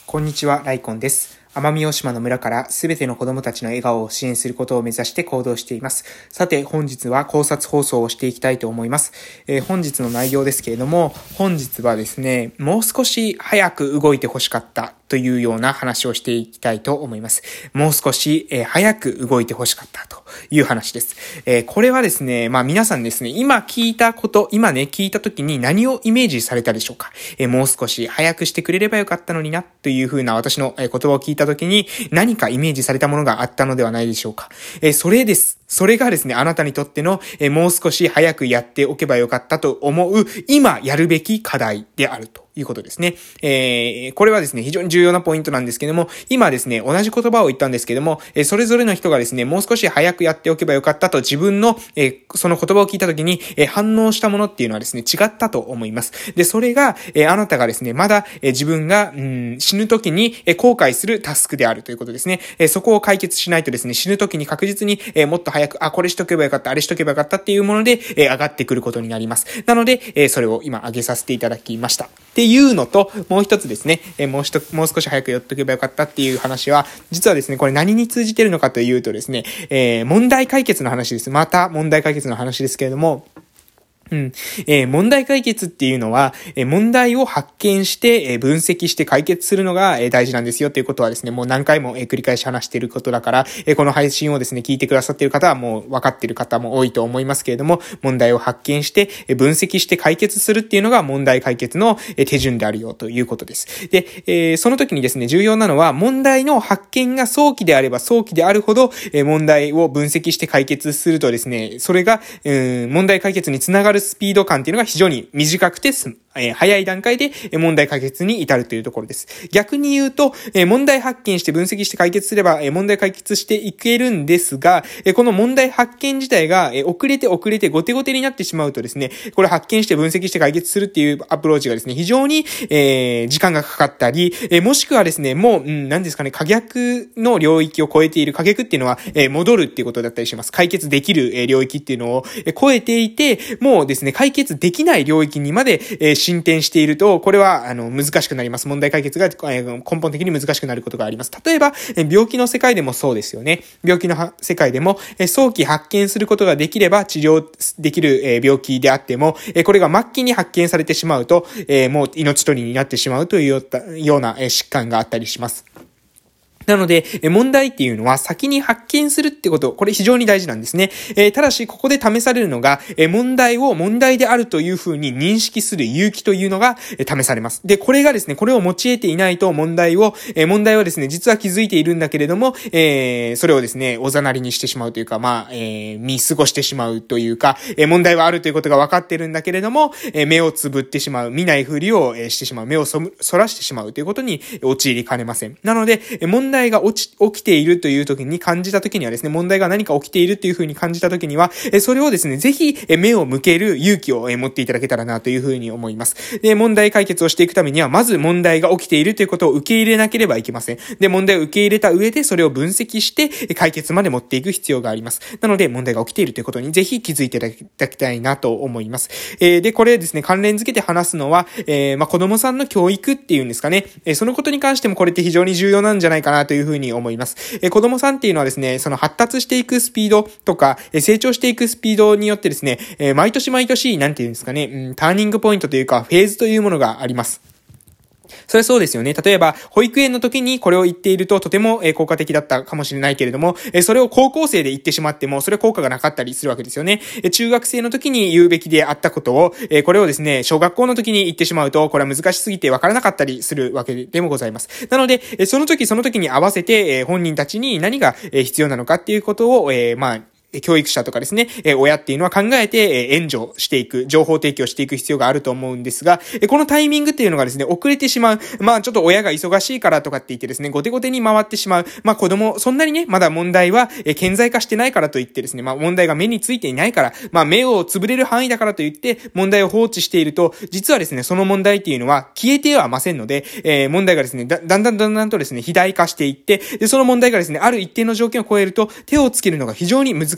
こんにちは、ライコンです。奄美大島の村からすべての子供たちの笑顔を支援することを目指して行動しています。さて、本日は考察放送をしていきたいと思います。本日の内容ですけれども、本日はですね、もう少し早く動いてほしかったというような話をしていきたいと思います。もう少し、早く動いてほしかったという話です。これはですね、皆さんですね、今聞いた時に何をイメージされたでしょうか。もう少し早くしてくれればよかったのになというふうな私の言葉を聞いた時に何かイメージされたものがあったのではないでしょうか。それです。それがですね、あなたにとっての、もう少し早くやっておけばよかったと思う今やるべき課題であるということですね。これはですね、非常に重要なポイントなんですけども、今ですね、同じ言葉を言ったんですけども、それぞれの人がですね、もう少し早くやっておけばよかったと自分の、その言葉を聞いたときに、反応したものっていうのはですね、違ったと思います。で、それが、あなたがですね、まだ、自分が、死ぬときに、後悔するタスクであるということですね。そこを解決しないとですね、死ぬときに確実に、もっと早く、これしとけばよかった、あれしとけばよかったっていうもので、上がってくることになります。なので、それを今上げさせていただきました。っていうのと、もう一つですね、もう少し早くやっとけばよかったっていう話は、実はですね、これ何に通じてるのかというとですね、問題解決の話です。また問題解決の話ですけれども、問題解決っていうのは、問題を発見して、分析して解決するのが、大事なんですよっていうことはですね、もう何回も、繰り返し話していることだから、この配信をですね、聞いてくださっている方はもう分かっている方も多いと思いますけれども、問題を発見して、分析して解決するっていうのが問題解決の手順であるよということです。で、その時にですね、重要なのは、問題の発見が早期であれば早期であるほど、問題を分析して解決するとですね、それが、問題解決につながるスピード感っていうのが非常に短くて早い段階で問題解決に至るというところです。逆に言うと、問題発見して分析して解決すれば、問題解決していけるんですが、この問題発見自体が、遅れて後手後手になってしまうとですね、これ発見して分析して解決するっていうアプローチがですね、非常に、時間がかかったり、もしくはですね、もう、何ですかね、可逆の領域を超えている、可逆っていうのは、戻るっていうことだったりします。解決できる、領域っていうのを、超えていて、もうですね、解決できない領域にまで、進展していると、これは、難しくなります。問題解決が、根本的に難しくなることがあります。例えば、病気の世界でもそうですよね。病気の世界でも、早期発見することができれば治療できる、病気であっても、これが末期に発見されてしまうと、もう命取りになってしまうというような、疾患があったりします。なので、問題っていうのは先に発見するってこと、これ非常に大事なんですね。ただし、ここで試されるのが、問題を問題であるというふうに認識する勇気というのが、試されます。で、これがですね、これを用いていないと問題はですね、実は気づいているんだけれども、それをですね、おざなりにしてしまうというか、見過ごしてしまうというか、問題はあるということが分かっているんだけれども、目をつぶってしまう、見ないふりをしてしまう、目をそらしてしまうということに陥りかねません。なので、問題が起きているという時に感じた時にはですね、問題が何か起きているという風に感じた時には、それをですね、ぜひ目を向ける勇気を持っていただけたらなという風に思います。で、問題解決をしていくためには、まず問題が起きているということを受け入れなければいけません。で、問題を受け入れた上でそれを分析して解決まで持っていく必要があります。なので、問題が起きているということにぜひ気づいていただきたいなと思います。で、これですね、関連付けて話すのは、子供さんの教育っていうんですかね、そのことに関してもこれって非常に重要なんじゃないかなという風に思います。子供さんっていうのはですね、その発達していくスピードとか、成長していくスピードによってですね、毎年、なんていうんですかね、ターニングポイントというか、フェーズというものがあります。それはそうですよね。例えば、保育園の時にこれを言っているととても効果的だったかもしれないけれども、それを高校生で言ってしまっても、それは効果がなかったりするわけですよね。中学生の時に言うべきであったことを、これをですね、小学校の時に言ってしまうと、これは難しすぎて分からなかったりするわけでもございます。なので、その時に合わせて、本人たちに何が必要なのかっていうことを、教育者とかですね、親っていうのは考えて、援助していく、情報提供していく必要があると思うんですが、このタイミングっていうのがですね、遅れてしまう。ちょっと親が忙しいからとかって言ってですね、後手後手に回ってしまう。子供、そんなにね、まだ問題は、顕在化してないからといってですね、問題が目についていないから、目をつぶれる範囲だからといって、問題を放置していると、実はですね、その問題っていうのは消えてはませんので、問題がですね、だんだんとですね、肥大化していって、で、その問題がですね、ある一定の条件を超えると、手をつけるのが非常に難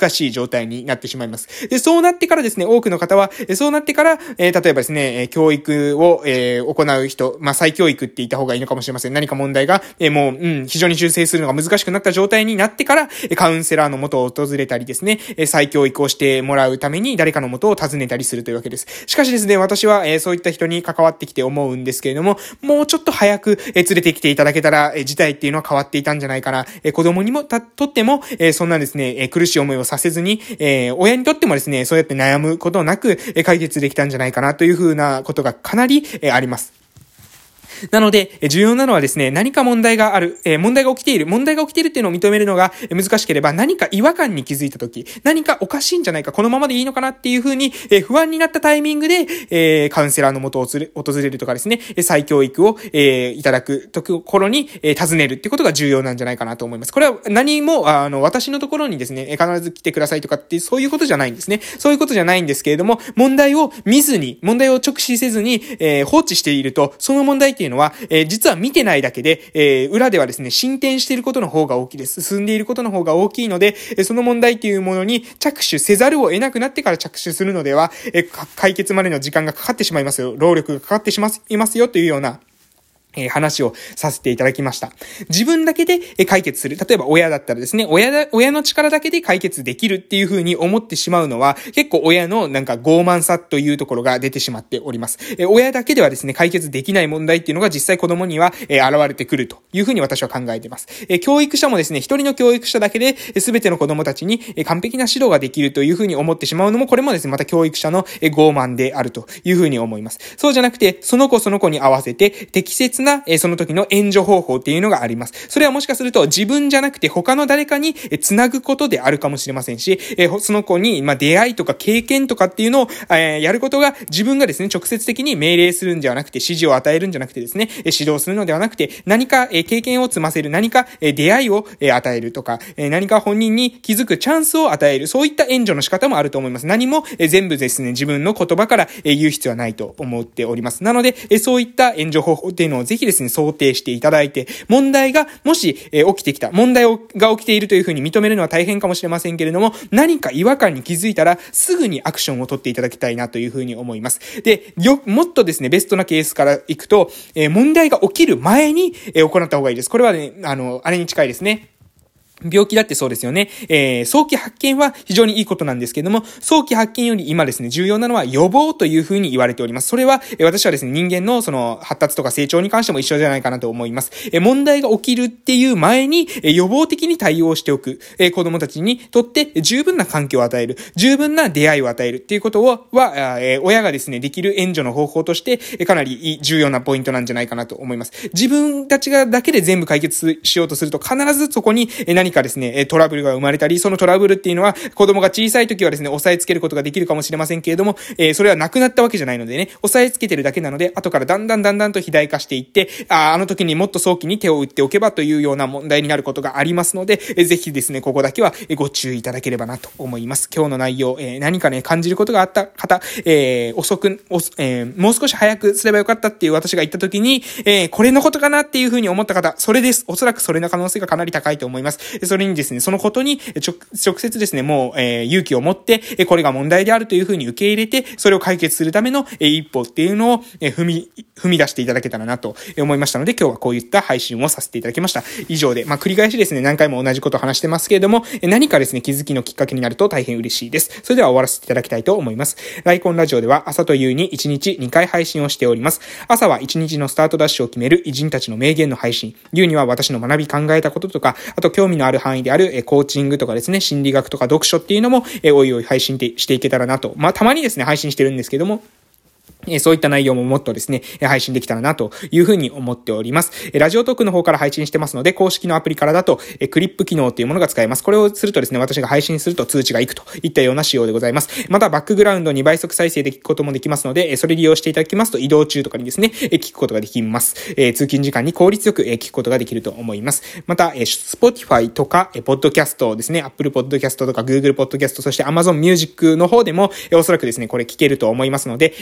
難しい状態になってしまいます。で、そうなってからですね、多くの方は、そうなってから、例えばですね、教育を、行う人、再教育って言った方がいいのかもしれません。何か問題が、非常に修正するのが難しくなった状態になってから、カウンセラーの元を訪れたりですね、再教育をしてもらうために誰かの元を訪ねたりするというわけです。しかしですね、私は、そういった人に関わってきて思うんですけれども、もうちょっと早く、連れてきていただけたら、事態っていうのは変わっていたんじゃないかな。子供にもとっても、そんなですね、苦しい思いをさせずに、親にとってもですね、そうやって悩むことなく、解決できたんじゃないかなというふうなことがかなり、あります。なので、重要なのはですね、何か問題がある、問題が起きているっていうのを認めるのが難しければ、何か違和感に気づいたとき、何かおかしいんじゃないか、このままでいいのかなっていうふうに、不安になったタイミングで、カウンセラーの元を訪れるとかですね、再教育を、いただくところに、尋ねるっていうことが重要なんじゃないかなと思います。これは何も、私のところにですね、必ず来てくださいとかってそういうことじゃないんですね。そういうことじゃないんですけれども、問題を直視せずに、放置していると、その問題っていうのは、実は見てないだけで、裏ではですね、進展していることの方が大きいです。進んでいることの方が大きいので、その問題っていうものに着手せざるを得なくなってから着手するのでは、解決までの時間がかかってしまいますよ。労力がかかってしまいますよというような、話をさせていただきました。自分だけで解決する。例えば親だったらですね、親の力だけで解決できるっていう風に思ってしまうのは、結構親の傲慢さというところが出てしまっております。親だけではですね、解決できない問題っていうのが実際子供には現れてくるという風に私は考えています。教育者もですね、一人の教育者だけで全ての子供たちに完璧な指導ができるという風に思ってしまうのも、これもですね、また教育者の傲慢であるという風に思います。そうじゃなくて、その子に合わせて適切なその時の援助方法っていうのがあります。それはもしかすると自分じゃなくて他の誰かにつなぐことであるかもしれませんし、その子に出会いとか経験とかっていうのをやることが自分がですね、直接的に命令するんではなくて、指示を与えるんじゃなくてですね、指導するのではなくて、何か経験を積ませる、何か出会いを与えるとか、何か本人に気づくチャンスを与える、そういった援助の仕方もあると思います。何も全部ですね、自分の言葉から言う必要はないと思っております。なので、そういった援助方法っていうのをぜひですね、想定していただいて、問題がもし起きてきた、問題が起きているというふうに認めるのは大変かもしれませんけれども、何か違和感に気づいたらすぐにアクションを取っていただきたいなというふうに思います。で、もっとですね、ベストなケースからいくと、問題が起きる前に行った方がいいです。これはね、あれに近いですね。病気だってそうですよね。早期発見は非常にいいことなんですけども、早期発見より今ですね、重要なのは予防というふうに言われております。それは、私はですね、人間のその発達とか成長に関しても一緒じゃないかなと思います。問題が起きるっていう前に、予防的に対応しておく。子供たちにとって十分な環境を与える。十分な出会いを与えるっていうことは、親がですね、できる援助の方法として、かなり重要なポイントなんじゃないかなと思います。自分たちがだけで全部解決しようとすると、必ずそこに何かですね、トラブルが生まれたり、そのトラブルっていうのは子供が小さい時はですね、押さえつけることができるかもしれませんけれども、それはなくなったわけじゃないのでね、押さえつけてるだけなので、後からだんだんと肥大化していって、あの時にもっと早期に手を打っておけばというような問題になることがありますので、ぜひですね、ここだけはご注意いただければなと思います。今日の内容、何かね、感じることがあった方、もう少し早くすればよかったっていう私が言った時に、これのことかなっていうふうに思った方、それです。おそらくそれの可能性がかなり高いと思います。それにですね、そのことに直接ですね、もう、勇気を持って、これが問題であるというふうに受け入れて、それを解決するための、一歩っていうのを、踏み出していただけたらなと思いましたので、今日はこういった配信をさせていただきました。以上で、繰り返しですね、何回も同じことを話してますけれども、何かですね、気づきのきっかけになると大変嬉しいです。それでは終わらせていただきたいと思います。ライコンラジオでは朝と夕に1日2回配信をしております。朝は1日のスタートダッシュを決める偉人たちの名言の配信。夕には私の学び考えたこととか、あと興味のある範囲であるコーチングとかですね、心理学とか読書っていうのも、おいおい配信していけたらなと。たまにですね、配信してるんですけども、そういった内容ももっとですね、配信できたらなというふうに思っております。ラジオトークの方から配信してますので、公式のアプリからだと、クリップ機能っていうものが使えます。これをするとですね、私が配信すると通知がいくといったような仕様でございます。また、バックグラウンド2倍速再生で聞くこともできますので、それ利用していただきますと、移動中とかにですね、聞くことができます。通勤時間に効率よく聞くことができると思います。また、Spotify とか、ポッドキャストですね、Apple Podcast とか Google Podcast、そして Amazon Music の方でも、おそらくですね、これ聞けると思いますので、ぜひですね、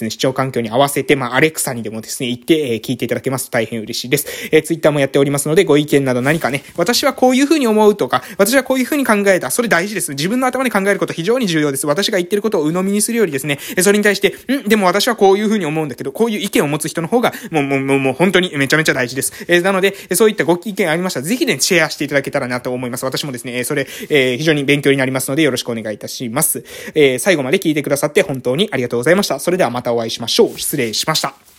ね、視聴環境に合わせて、アレクサにでもですね、言って、聞いていただけますと大変嬉しいです。ツイッターもやっておりますので、ご意見など何かね、私はこういう風に思うとか、私はこういう風に考えた。それ大事です。自分の頭で考えること非常に重要です。私が言ってることを鵜呑みにするよりですね、それに対して、でも私はこういう風に思うんだけど、こういう意見を持つ人の方が、もう本当にめちゃめちゃ大事です。なので、そういったご意見ありましたら、ぜひね、シェアしていただけたらなと思います。私もですね、それ、非常に勉強になりますので、よろしくお願いいたします。最後まで聞いてくださって本当にありがとうございました。それではまたお会いしましょう。失礼しました。